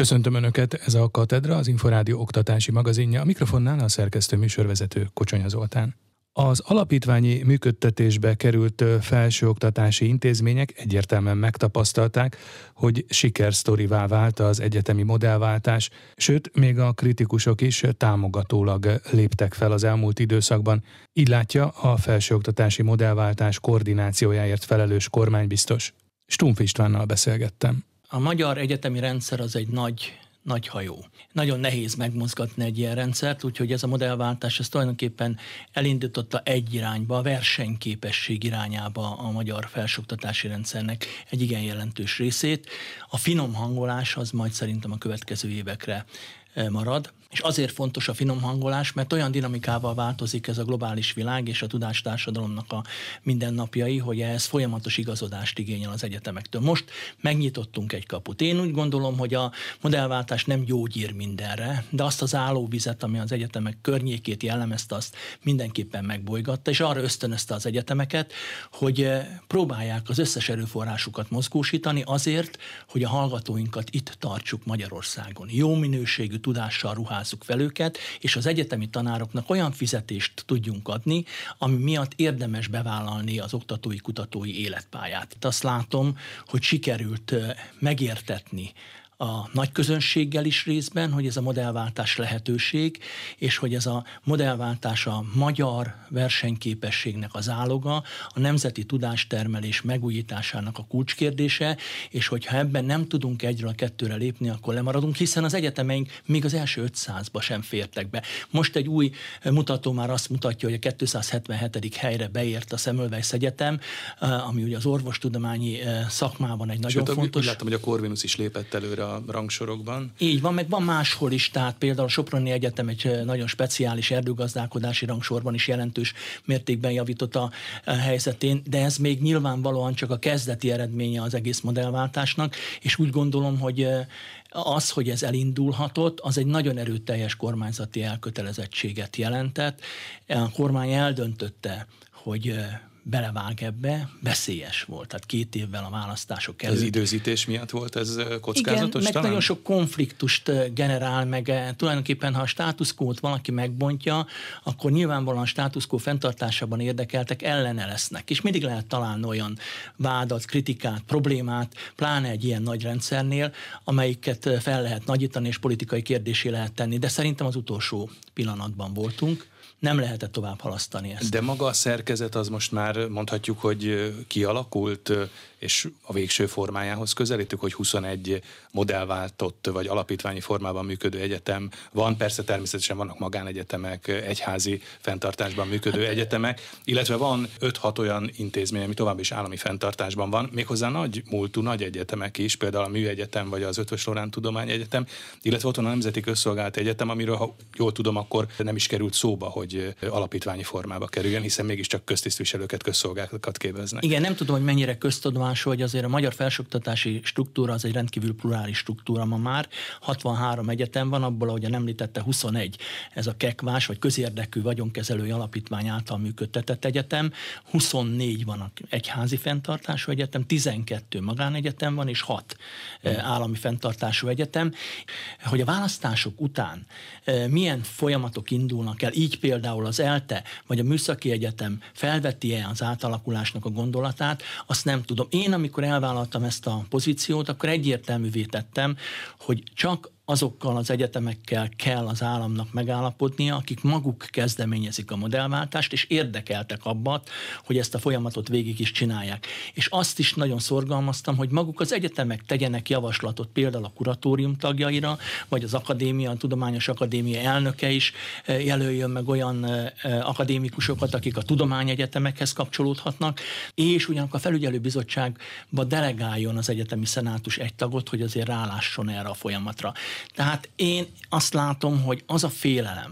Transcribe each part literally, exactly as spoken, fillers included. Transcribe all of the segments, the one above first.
Köszöntöm Önöket, ez a Katedra, az Inforádió oktatási magazinja, a mikrofonnál a szerkesztő műsorvezető Kocsonya Zoltán. Az alapítványi működtetésbe került felsőoktatási intézmények egyértelműen megtapasztalták, hogy sikersztorivá vált az egyetemi modellváltás, sőt, még a kritikusok is támogatólag léptek fel az elmúlt időszakban. Így látja a felsőoktatási modellváltás koordinációjáért felelős kormánybiztos. Stumpf Istvánnal beszélgettem. A magyar egyetemi rendszer az egy nagy, nagy hajó. Nagyon nehéz megmozgatni egy ilyen rendszert, úgyhogy ez a modellváltás ez tulajdonképpen elindította egy irányba, a versenyképesség irányába a magyar felsőoktatási rendszernek egy igen jelentős részét. A finom hangolás az majd szerintem a következő évekre marad. És azért fontos a finom hangolás, mert olyan dinamikával változik ez a globális világ és a tudástársadalomnak a mindennapjai, hogy ez folyamatos igazodást igényel az egyetemektől. Most megnyitottunk egy kaput. Én úgy gondolom, hogy a modellváltás nem gyógyír mindenre, de azt az állóvizet, ami az egyetemek környékét jellemezte, azt mindenképpen megbolygatta, és arra ösztönözte az egyetemeket, hogy próbálják az összes erőforrásukat mozgósítani azért, hogy a hallgatóinkat itt tartsuk Magyarországon. Jó minőségű tudással ruházzuk fel őket, és az egyetemi tanároknak olyan fizetést tudjunk adni, ami miatt érdemes bevállalni az oktatói, kutatói életpályát. Azt látom, hogy sikerült megértetni a nagy közönséggel is részben, hogy ez a modellváltás lehetőség, és hogy ez a modellváltás a magyar versenyképességnek az áloga, a nemzeti tudástermelés megújításának a kulcskérdése, és hogyha ebben nem tudunk egyről a kettőre lépni, akkor lemaradunk, hiszen az egyetemeink még az első ötszázba sem fértek be. Most egy új mutató már azt mutatja, hogy a kétszázhetvenhetedik helyre beért a Semmelweis Egyetem, ami ugye az orvostudományi szakmában egy nagyon Sőt, fontos... Úgy láttam, hogy a Corvinus is lépett előre a rangsorokban. Így van, meg van máshol is, tehát például a Soproni Egyetem egy nagyon speciális erdőgazdálkodási rangsorban is jelentős mértékben javított a helyzetén, de ez még nyilvánvalóan csak a kezdeti eredménye az egész modellváltásnak, és úgy gondolom, hogy az, hogy ez elindulhatott, az egy nagyon erőteljes kormányzati elkötelezettséget jelentett. A kormány eldöntötte, hogy belevág ebbe, veszélyes volt. Tehát két évvel a választások előtt. Az időzítés miatt volt ez kockázatos? Igen, meg talán? nagyon sok konfliktust generál, meg tulajdonképpen, ha a status quo-t valaki megbontja, akkor nyilvánvalóan a status quo fenntartásában érdekeltek ellene lesznek. És mindig lehet találni olyan vádat, kritikát, problémát, pláne egy ilyen nagy rendszernél, amelyiket fel lehet nagyítani, és politikai kérdésé lehet tenni. De szerintem az utolsó pillanatban voltunk. Nem lehetett tovább halasztani ezt. De maga a szerkezet az most már mondhatjuk, hogy kialakult, és a végső formájához közelítük, hogy huszonegy modellváltott vagy alapítványi formában működő egyetem van. Persze természetesen vannak magánegyetemek, egyházi fenntartásban működő hát, egyetemek, illetve van öt-hat olyan intézmény, ami tovább is állami fenntartásban van, méghozzá nagy múltú, nagy egyetemek is, például a Műegyetem vagy az Eötvös Loránd Tudományegyetem, illetve ott van a Nemzeti Közszolgálati Egyetem, amiről, ha jól tudom, akkor nem is került szóba, hogy alapítványi formába kerüljön, hiszen mégiscsak köztisztviselőket, közszolgálatokat képeznek. Igen, nem tudom, hogy mennyire köztudomású, hogy azért a magyar felsőoktatási struktúra az egy rendkívül plurális struktúra ma már. hatvanhárom egyetem van, abból, ahogyan említette, huszonegy ez a kekvás, vagy közérdekű vagyonkezelői alapítvány által működtetett egyetem, huszonnégy van a egyházi fenntartású egyetem, tizenkettő magánegyetem van, és hat hmm. állami fenntartású egyetem. Hogy a választások után milyen folyamatok indulnak el, így például az ELTE vagy a Műszaki Egyetem felveti-e az átalakulásnak a gondolatát, azt nem tudom. Én, amikor elvállaltam ezt a pozíciót, akkor egyértelművé tettem, hogy csak azokkal az egyetemekkel kell az államnak megállapodnia, akik maguk kezdeményezik a modellváltást, és érdekeltek abban, hogy ezt a folyamatot végig is csinálják. És azt is nagyon szorgalmaztam, hogy maguk az egyetemek tegyenek javaslatot például a kuratórium tagjaira, vagy az akadémia, a tudományos akadémia elnöke is jelöljön meg olyan akadémikusokat, akik a tudományegyetemekhez kapcsolódhatnak, és ugyanakkor a felügyelőbizottságba delegáljon az egyetemi szenátus egy tagot, hogy azért rálásson erre a folyamatra. Tehát én azt látom, hogy az a félelem,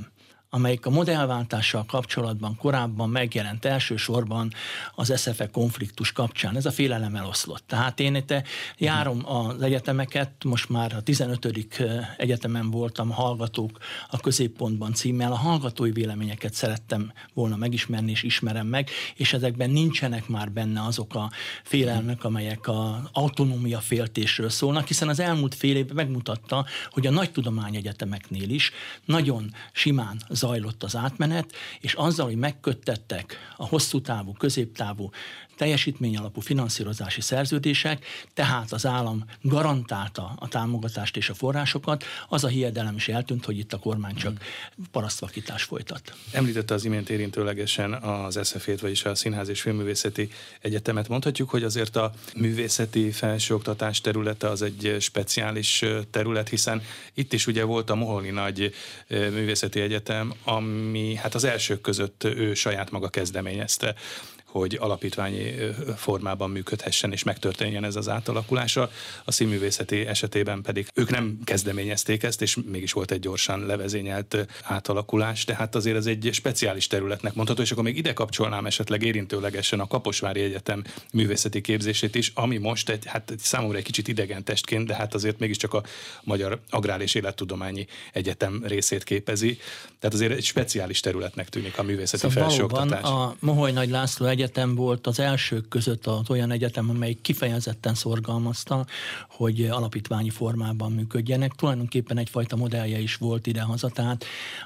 amelyik a modellváltással kapcsolatban korábban megjelent elsősorban az es ef e konfliktus kapcsán. Ez a félelem eloszlott. Tehát én itt járom az egyetemeket, most már a tizenötödik egyetemen voltam, Hallgatók a középpontban címmel. A hallgatói véleményeket szerettem volna megismerni, és ismerem meg, és ezekben nincsenek már benne azok a félelmek, amelyek az autonómia féltésről szólnak, hiszen az elmúlt fél évben megmutatta, hogy a nagy tudományegyetemeknél is nagyon simán zajlott az átmenet, és azzal, hogy megköttettek a hosszú távú, középtávú, teljesítményalapú finanszírozási szerződések, tehát az állam garantálta a támogatást és a forrásokat, az a hiedelem is eltűnt, hogy itt a kormány csak parasztvakítás folytat. Említette az imént érintőlegesen az es ef é-t, vagyis a Színház és Filmművészeti Egyetemet. Mondhatjuk, hogy azért a művészeti felsőoktatás területe az egy speciális terület, hiszen itt is ugye volt a Moholni Nagy Művészeti Egyetem, ami hát az elsők között ő saját maga kezdeményezte, hogy alapítványi formában működhessen és megtörténjen ez az átalakulása. A színművészeti esetében pedig ők nem kezdeményezték ezt, és mégis volt egy gyorsan levezényelt átalakulás, tehát azért ez egy speciális területnek mondható, és akkor még ide kapcsolnám esetleg érintőlegesen a Kaposvári Egyetem művészeti képzését is, ami most egy, hát számomra egy kicsit idegen testként, de hát azért mégiscsak a Magyar Agrár- és Élettudományi Egyetem részét képezi. Tehát azért egy speciális területnek tűnik a művészeti szóval felsőoktatás. A Moholy Nagy László Egyetem volt az elsők között az olyan egyetem, amely kifejezetten szorgalmazta, hogy alapítványi formában működjenek. Tulajdonképpen egyfajta modellje is volt idehaza, tehát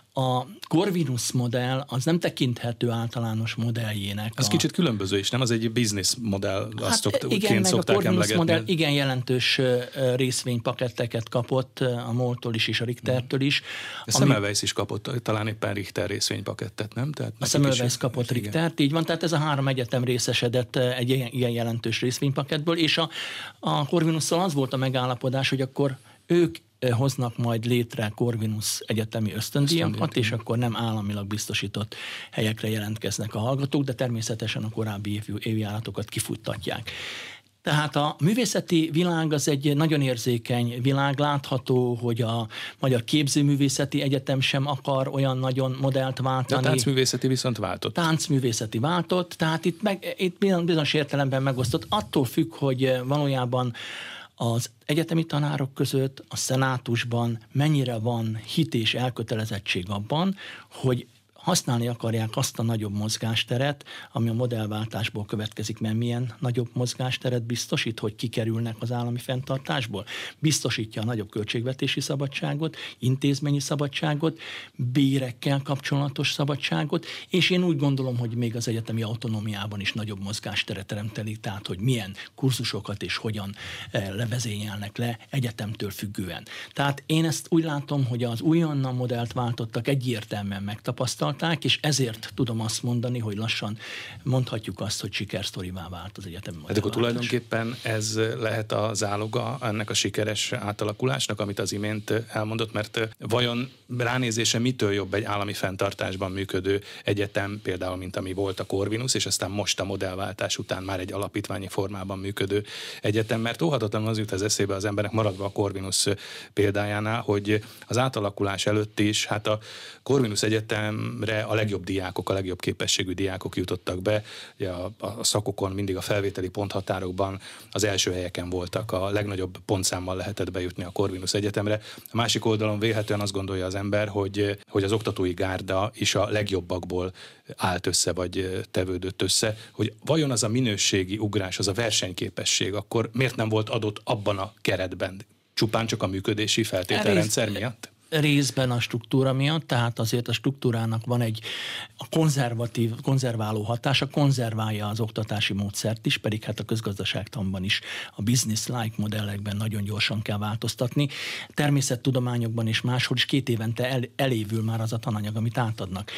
a Corvinus modell az nem tekinthető általános modelljének. Ez a... kicsit különböző is, nem? Az egy business modell, azt hát szokt, igen, meg szokták a Corvinus emlegetni. modell igen jelentős részvénypaketteket kapott a MOL-tól is és a Richtertől is. A Semmelweis is kapott, talán éppen Richter részvénypakettet, nem? Tehát a Semmelweis kapott igen. Richtert, így van, tehát ez a három egyetem részesedett egy ilyen jelentős részvénypaketből, és a, a Corvinusszal az volt a megállapodás, hogy akkor ők hoznak majd létre Corvinus egyetemi ösztöndíjakat, és akkor nem államilag biztosított helyekre jelentkeznek a hallgatók, de természetesen a korábbi évjáratokat kifuttatják. Tehát a művészeti világ az egy nagyon érzékeny világ, látható, hogy a Magyar Képzőművészeti Egyetem sem akar olyan nagyon modellt váltani. De a táncművészeti viszont váltott. Táncművészeti váltott, tehát itt, meg, itt bizonyos értelemben megosztott. Attól függ, hogy valójában az egyetemi tanárok között, a szenátusban mennyire van hit és elkötelezettség abban, hogy használni akarják azt a nagyobb mozgásteret, ami a modellváltásból következik, mert milyen nagyobb mozgásteret biztosít, hogy kikerülnek az állami fenntartásból. Biztosítja a nagyobb költségvetési szabadságot, intézményi szabadságot, bérekkel kapcsolatos szabadságot, és én úgy gondolom, hogy még az egyetemi autonómiában is nagyobb mozgásteret teremtelik, tehát hogy milyen kurzusokat és hogyan levezényelnek le egyetemtől függően. Tehát én ezt úgy látom, hogy az újonnan modellt váltottak egyértelműen megtapasztalt, és ezért tudom azt mondani, hogy lassan mondhatjuk azt, hogy sikersztorivá vált az egyetemi modellváltás. Hát akkor tulajdonképpen ez lehet a záloga ennek a sikeres átalakulásnak, amit az imént elmondott, mert vajon ránézése mitől jobb egy állami fenntartásban működő egyetem, például, mint ami volt a Corvinus, és aztán most a modellváltás után már egy alapítványi formában működő egyetem, mert óhatatlanul az jut az eszébe az embernek, maradva a Corvinus példájánál, hogy az átalakulás előtt is, hát a Corvinus Egyetem a legjobb diákok, a legjobb képességű diákok jutottak be. Ugye a, a szakokon mindig a felvételi ponthatárokban az első helyeken voltak, a legnagyobb pontszámmal lehetett bejutni a Corvinus Egyetemre. A másik oldalon vélhetően azt gondolja az ember, hogy, hogy az oktatói gárda is a legjobbakból állt össze, vagy tevődött össze, hogy vajon az a minőségi ugrás, az a versenyképesség, akkor miért nem volt adott abban a keretben? Csupán csak a működési feltételrendszer miatt? Részben a struktúra miatt, tehát azért a struktúrának van egy a konzervatív, konzerváló hatása, konzerválja az oktatási módszert is, pedig hát a közgazdaságtanban is a business-like modellekben nagyon gyorsan kell változtatni. Természettudományokban és máshol is két évente el, elévül már az a tananyag, amit átadnak.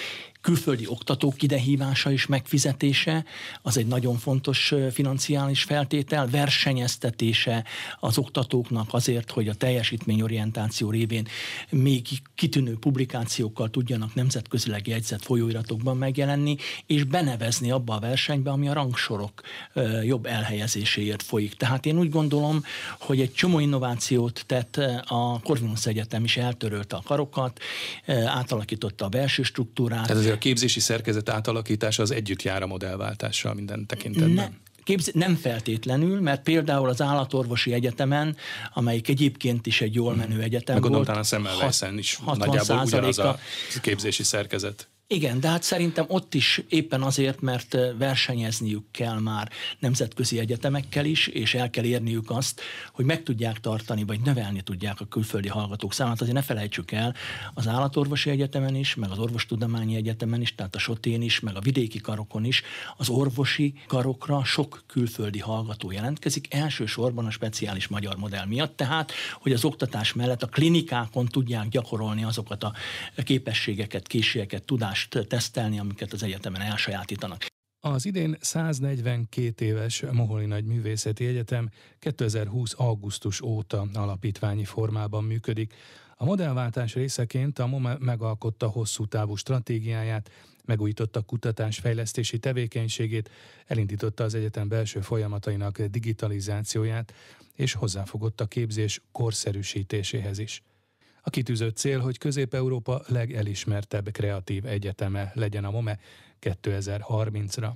külföldi oktatók idehívása és megfizetése, az egy nagyon fontos financiális feltétel, versenyeztetése az oktatóknak azért, hogy a teljesítményorientáció révén még kitűnő publikációkkal tudjanak nemzetközileg jegyzett folyóiratokban megjelenni, és benevezni abba a versenybe, ami a rangsorok jobb elhelyezéséért folyik. Tehát én úgy gondolom, hogy egy csomó innovációt tett a Corvinus Egyetem is, eltörölte a karokat, átalakította a belső struktúrát. Tehát azért a képzési szerkezet átalakítása az együtt jár a modellváltással minden tekintetben. Ne. Képz- nem feltétlenül, mert például az Állatorvosi Egyetemen, amelyik egyébként is egy jól menő egyetem volt. volt. Gondolom, a Semmelweisen is nagyjából ugyanaz a képzési szerkezet. Igen, de hát szerintem ott is éppen azért, mert versenyezniük kell már nemzetközi egyetemekkel is, és el kell érniük azt, hogy meg tudják tartani, vagy növelni tudják a külföldi hallgatók számát. Azért ne felejtsük el, az Állatorvosi Egyetemen is, meg az Orvostudományi Egyetemen is, tehát a Sotén is, meg a vidéki karokon is, az orvosi karokra sok külföldi hallgató jelentkezik, elsősorban a speciális magyar modell miatt, tehát, hogy az oktatás mellett a klinikákon tudják gyakorolni azokat a képességeket, készségeket, tudást tesztelni, amiket az egyetemen elsajátítanak. Az idén száznegyvenkét éves Moholi Nagy Művészeti Egyetem kétezer-húsz. augusztus óta alapítványi formában működik. A modellváltás részeként a MOME megalkotta hosszú távú stratégiáját, megújította kutatásfejlesztési tevékenységét, elindította az egyetem belső folyamatainak digitalizációját, és hozzáfogott a képzés korszerűsítéséhez is. A kitűzött cél, hogy Közép-Európa legelismertebb kreatív egyeteme legyen a MOME kétezer-harmincra.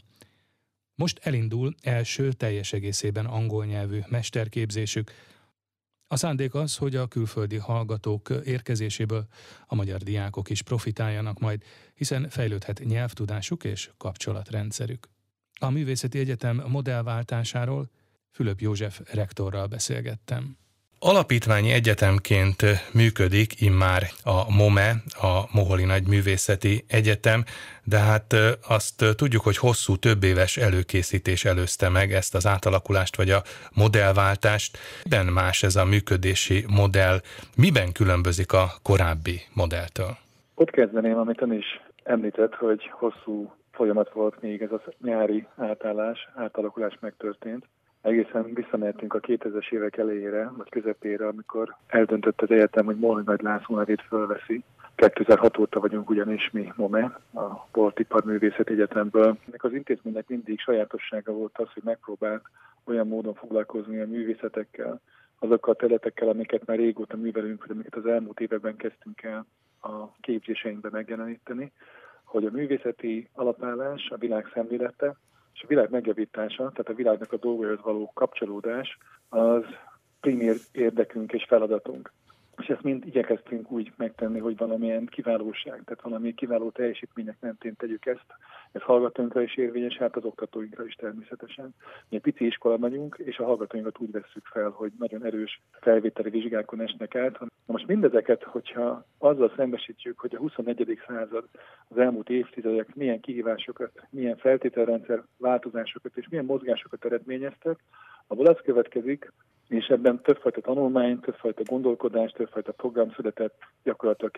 Most elindul első teljes egészében angol nyelvű mesterképzésük. A szándék az, hogy a külföldi hallgatók érkezéséből a magyar diákok is profitáljanak majd, hiszen fejlődhet nyelvtudásuk és kapcsolatrendszerük. A Művészeti Egyetem modellváltásáról Fülöp József rektorral beszélgettem. Alapítványi egyetemként működik immár a MOME, a Moholi Nagy Művészeti Egyetem, de hát azt tudjuk, hogy hosszú, több éves előkészítés előzte meg ezt az átalakulást, vagy a modellváltást. Miben más ez a működési modell? Miben különbözik a korábbi modelltől? Ott kezdeném, amit ön is említett, hogy hosszú folyamat volt, még ez a nyári átállás, átalakulás megtörtént. Egészen visszamehetünk a kétezres évek elejére, vagy közepére, amikor eldöntött az egyetem, hogy Moholi Nagy László nevét fölveszi. kétezer-hat óta vagyunk ugyanis mi MOME, a Volt Iparművészeti Egyetemből. Ennek az intézménynek mindig sajátossága volt az, hogy megpróbált olyan módon foglalkozni a művészetekkel, azokkal a területekkel, amiket már régóta művelünk, vagy amiket az elmúlt években kezdtünk el a képzéseinkben megjeleníteni, hogy a művészeti alapállás, a világ szemlélete, és a világ megjavítása, tehát a világnak a dolgaihoz való kapcsolódás, az primér érdekünk és feladatunk. És ezt mind igyekeztünk úgy megtenni, hogy valamilyen kiválóság, tehát valami kiváló teljesítmények mentén tegyük ezt. Ez hallgatóinkra is érvényes, hát az oktatóinkra is természetesen. Mi egy pici iskola vagyunk, és a hallgatóinkat úgy vesszük fel, hogy nagyon erős felvételi vizsgákon esnek át. Na most mindezeket, hogyha azzal szembesítjük, hogy a huszonegyedik század, az elmúlt évtizedek milyen kihívásokat, milyen feltételrendszer változásokat és milyen mozgásokat eredményeztek, abból az következik, és ebben többfajta tanulmány, többfajta gondolkodás, többfajta program született gyakorlatilag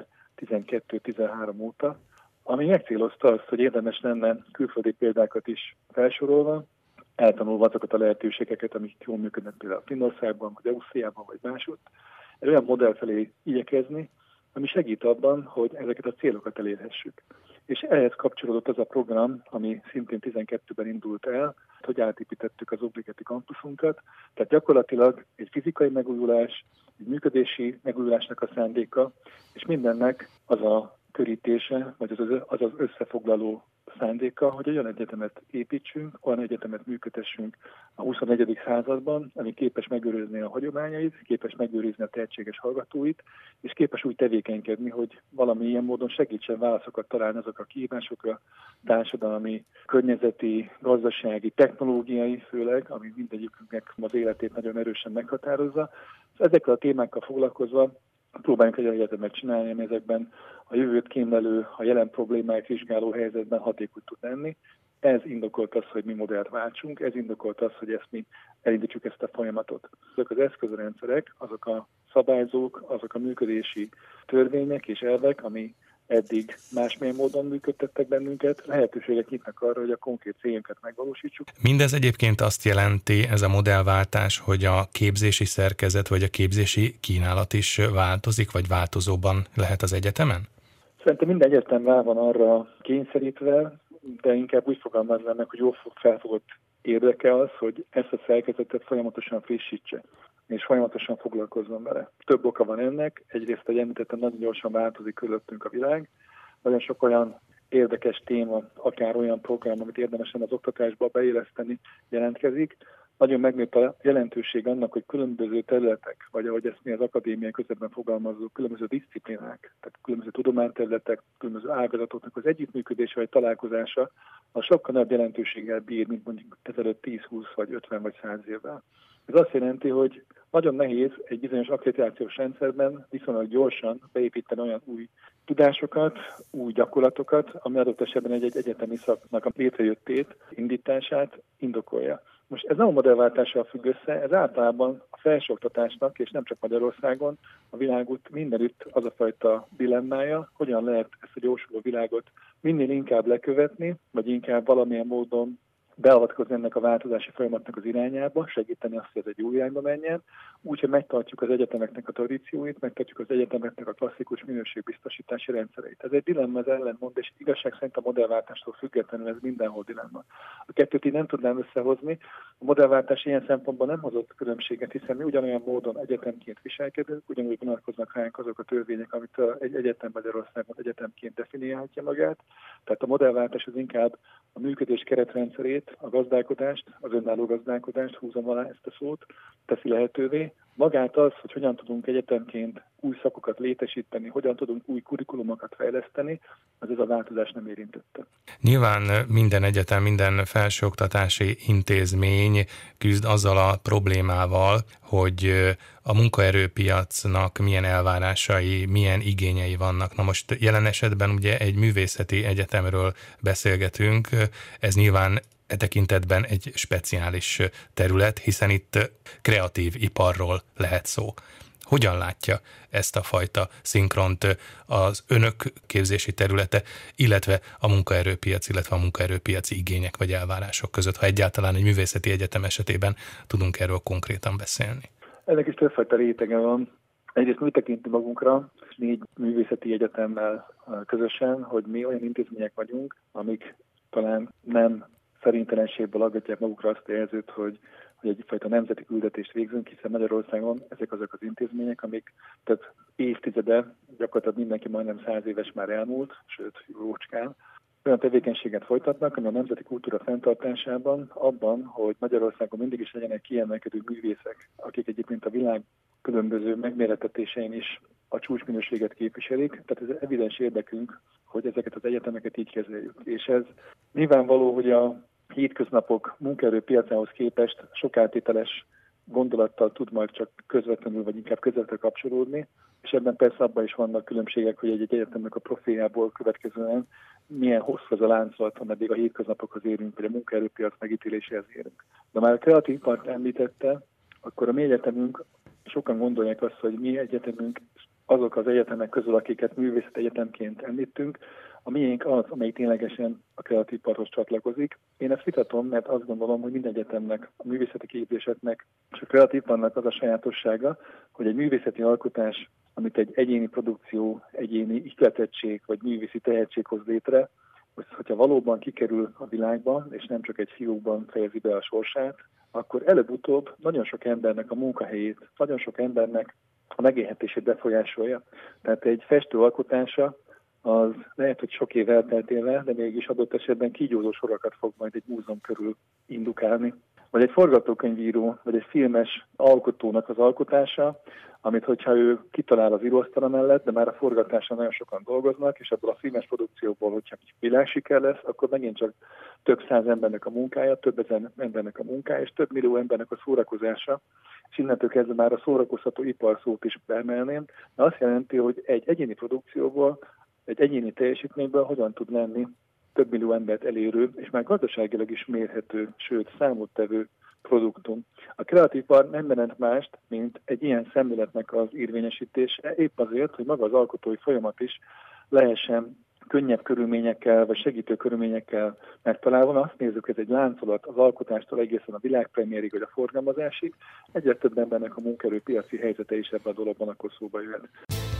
kétezer-tizenkettő-tizenhárom óta, ami megcélozta azt, hogy érdemes lenne külföldi példákat is felsorolva, eltanulva azokat a lehetőségeket, amik jól működnek például Finnországban, vagy Ausztriában, vagy másutt, egy olyan modell felé igyekezni, ami segít abban, hogy ezeket a célokat elérhessük. És ehhez kapcsolódott az a program, ami szintén tizenkettőben indult el, hogy átépítettük az Obligeti kampuszunkat. Tehát gyakorlatilag egy fizikai megújulás, egy működési megújulásnak a szándéka, és mindennek az a körítése, vagy az az, az összefoglaló szándéka, hogy olyan egyetemet építsünk, olyan egyetemet működtessünk a huszonegyedik században, ami képes megőrizni a hagyományait, képes megőrizni a tehetséges hallgatóit, és képes úgy tevékenykedni, hogy valamilyen módon segítsen válaszokat találni azok a kihívásokra, társadalmi, környezeti, gazdasági, technológiai főleg, ami mindegyikünknek az életét nagyon erősen meghatározza. Ezekkel a témákkal foglalkozva próbáljunk egy egyetemet csinálni, ami ezekben a jövőt kémlelő, a jelen problémáit vizsgáló helyzetben hatékony tud lenni. Ez indokolt az, hogy mi modellt váltsunk, ez indokolt az, hogy ezt mi elindítsuk ezt a folyamatot. Azok az eszközrendszerek, azok a szabályzók, azok a működési törvények és elvek, ami eddig másmilyen módon működtettek bennünket, lehetőségek nyitnak arra, hogy a konkrét célunkat megvalósítsuk. Mindez egyébként azt jelenti, ez a modellváltás, hogy a képzési szerkezet vagy a képzési kínálat is változik, vagy változóban lehet az egyetemen? Szerintem minden egyetem rá van arra kényszerítve, de inkább úgy fogalmaznám meg, hogy jól felfogott érdeke az, hogy ezt a szerkezetet folyamatosan frissítse, és folyamatosan foglalkozzon vele. Több oka van ennek. Egyrészt, hogy említettem, nagyon gyorsan változik körülöttünk a világ. Nagyon sok olyan érdekes téma, akár olyan program, amit érdemesen az oktatásba beilleszteni, jelentkezik. Nagyon megnőtt a jelentőség annak, hogy különböző területek, vagy ahogy ezt mi az akadémiai közöttben fogalmazunk, különböző disziplinák, tehát különböző tudományterületek, különböző ágazatoknak az együttműködése vagy találkozása, a sokkal nagyobb jelentőséggel bír, mint mondjuk ezelőtt tíz, húsz, vagy ötven, vagy száz évvel. Ez azt jelenti, hogy nagyon nehéz egy bizonyos akkreditációs rendszerben viszonylag gyorsan beépíteni olyan új tudásokat, új gyakorlatokat, ami adott esetben egy, egy egyetemi szaknak a létrejöttét, indítását indokolja. Most ez nem a modellváltással függ össze, ez általában a felsőoktatásnak, és nem csak Magyarországon, a világot mindenütt az a fajta dilemmája, hogyan lehet ezt a gyorsuló világot minél inkább lekövetni, vagy inkább valamilyen módon beavatkozni ennek a változási folyamatnak az irányába, segíteni azt, hogy ez egy új irányba menjen, úgyhogy megtartjuk az egyetemeknek a tradícióit, megtartjuk az egyetemeknek a klasszikus minőségbiztosítási rendszereit. Ez egy dilemma, ez ellentmond, és igazság szerint a modellváltástól függetlenül ez mindenhol dilemma. A kettőt így nem tudnám összehozni. A modellváltás ilyen szempontból nem hozott különbséget, hiszen mi ugyanolyan módon egyetemként viselkedünk, ugyanúgy vonatkoznak ránk azok a törvények, amit egy egyetem Magyarországon egyetemként definiálhatja magát. Tehát a modellváltás az inkább a működés keretrendszerét, a gazdálkodást, az önálló gazdálkodást, húzom alá ezt a szót, teszi lehetővé. Magát az, hogy hogyan tudunk egyetemként új szakokat létesíteni, hogyan tudunk új kurikulumokat fejleszteni, az ez a változás nem érintette. Nyilván minden egyetem, minden felsőoktatási intézmény küzd azzal a problémával, hogy a munkaerőpiacnak milyen elvárásai, milyen igényei vannak. Na most jelen esetben ugye egy művészeti egyetemről beszélgetünk, ez nyilván e tekintetben egy speciális terület, hiszen itt kreatív iparról lehet szó. Hogyan látja ezt a fajta szinkront az önök képzési területe, illetve a munkaerőpiac, illetve a munkaerőpiaci igények vagy elvárások között, ha egyáltalán egy művészeti egyetem esetében tudunk erről konkrétan beszélni? Ennek is többfajta rétege van. Egyrészt mi tekintünk magunkra, négy művészeti egyetemmel közösen, hogy mi olyan intézmények vagyunk, amik talán nem szerintelenségből aggatják magukra azt a jelzőt, hogy, hogy egyfajta nemzeti küldetést végzünk, hiszen Magyarországon ezek azok az intézmények, amik több évtizede, gyakorlatilag mindenki majdnem száz éves már elmúlt, sőt, jócskán, olyan tevékenységet folytatnak, ami a nemzeti kultúra fenntartásában, abban, hogy Magyarországon mindig is legyenek kiemelkedő művészek, akik egyébként a világ különböző megmérettetésein is a csúcsminőséget képviselik, tehát ez evidens érdekünk, hogy ezeket az egyetemeket így kezeljük. És ez nyilvánvaló, hogy a hétköznapok munkaerőpiacához képest sok áttételes gondolattal tud majd csak közvetlenül, vagy inkább közvetlenül kapcsolódni, és ebben persze abban is vannak különbségek, hogy egy egyetemnek a profiljából következően milyen hosszú az a láncolat, ameddig a hétköznapokhoz érünk, vagy a munkaerőpiac megítéléséhez érünk. De már a kreatív ipart említette, akkor a mi egyetemünk, sokan gondolják azt, hogy mi egyetemünk azok az egyetemek közül, akiket művészet egyetemként említünk, a miénk az, amelyik ténylegesen a kreatív iparhoz csatlakozik. Én ezt vitatom, mert azt gondolom, hogy minden egyetemnek, a művészeti képzéseknek és a kreatív iparnak az a sajátossága, hogy egy művészeti alkotás, amit egy egyéni produkció, egyéni ihletettség vagy művészi tehetség hoz létre, hogy hogyha valóban kikerül a világba, és nem csak egy fiókban fejezi be a sorsát, akkor előbb-utóbb nagyon sok embernek a munkahelyét, nagyon sok embernek a megélhetését befolyásolja. Tehát egy festő alkotása az lehet, hogy sok év elteltével, de mégis adott esetben kígyózó sorokat fog majd egy múzeum körül indukálni. Vagy egy forgatókönyvíró, vagy egy filmes alkotónak az alkotása, amit hogyha ő kitalál az íróasztala mellett, de már a forgatáson nagyon sokan dolgoznak, és ebből a filmes produkcióból, hogyha világsiker lesz, akkor megint csak több száz embernek a munkája, több ezer embernek a munkája, és több millió embernek a szórakozása, és innentől kezdve már a szórakoztató iparszót is beemelném, de azt jelenti, hogy egy egyéni produkcióból, egy egyéni teljesítményből hogyan tud lenni több millió embert elérő, és már gazdaságilag is mérhető, sőt számottevő produktum. A kreatív ipar nem jelent mást, mint egy ilyen szemléletnek az érvényesítése, épp azért, hogy maga az alkotói folyamat is lehessen könnyebb körülményekkel, vagy segítő körülményekkel megtalálva. Azt nézzük, ez egy láncolat az alkotástól egészen a világpremierig, vagy a forgalmazásig. Egyre több embernek a munkaerőpiaci helyzete is ebben a dologban akkor szóba jöhet.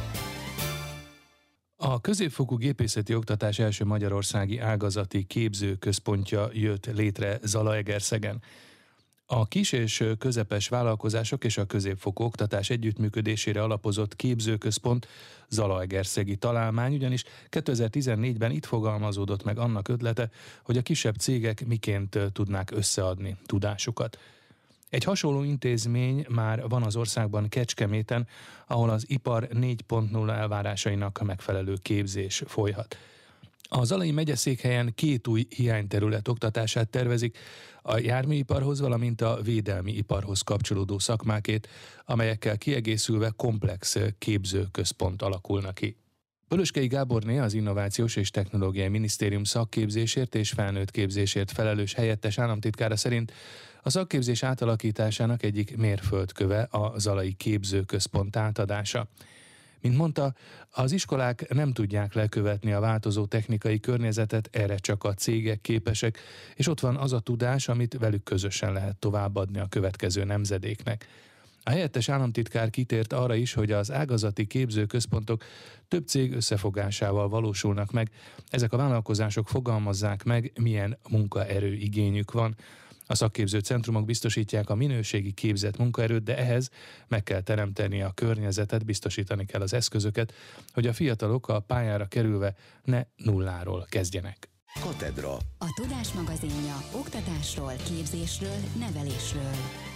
A középfokú gépészeti oktatás első magyarországi ágazati képzőközpontja jött létre Zalaegerszegen. A kis és közepes vállalkozások és a középfokú oktatás együttműködésére alapozott képzőközpont zalaegerszegi találmány, ugyanis kétezer-tizennégyben itt fogalmazódott meg annak ötlete, hogy a kisebb cégek miként tudnák összeadni tudásukat. Egy hasonló intézmény már van az országban Kecskeméten, ahol az ipar négy pont nulla elvárásainak megfelelő képzés folyhat. A Zalai megyeszékhelyen két új hiányterület oktatását tervezik, a járműiparhoz, valamint a védelmi iparhoz kapcsolódó szakmákét, amelyekkel kiegészülve komplex képzőközpont alakulna ki. Pölöskei Gáborné, az Innovációs és Technológiai Minisztérium szakképzésért és felnőtt képzésért felelős helyettes államtitkára szerint a szakképzés átalakításának egyik mérföldköve a Zalai képzőközpont átadása. Mint mondta, az iskolák nem tudják lekövetni a változó technikai környezetet, erre csak a cégek képesek, és ott van az a tudás, amit velük közösen lehet továbbadni a következő nemzedéknek. A helyettes államtitkár kitért arra is, hogy az ágazati képzőközpontok több cég összefogásával valósulnak meg. Ezek a vállalkozások fogalmazzák meg, milyen munkaerő igényük van. A szakképző centrumok biztosítják a minőségi képzett munkaerőt, de ehhez meg kell teremteni a környezetet, biztosítani kell az eszközöket, hogy a fiatalok a pályára kerülve ne nulláról kezdjenek. Katedra. A Tudás magazinja oktatásról, képzésről, nevelésről.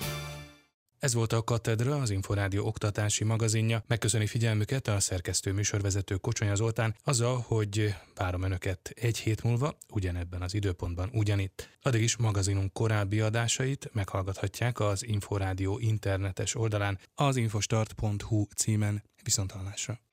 Ez volt a Katedra, az Inforádió oktatási magazinja. Megköszöni figyelmüket a szerkesztő műsorvezető Kocsonya Zoltán azzal, hogy várom önöket egy hét múlva, ugyanebben az időpontban ugyanitt. Addig is magazinunk korábbi adásait meghallgathatják az Inforádió internetes oldalán, az infostart pont hu címen. Viszonthallásra.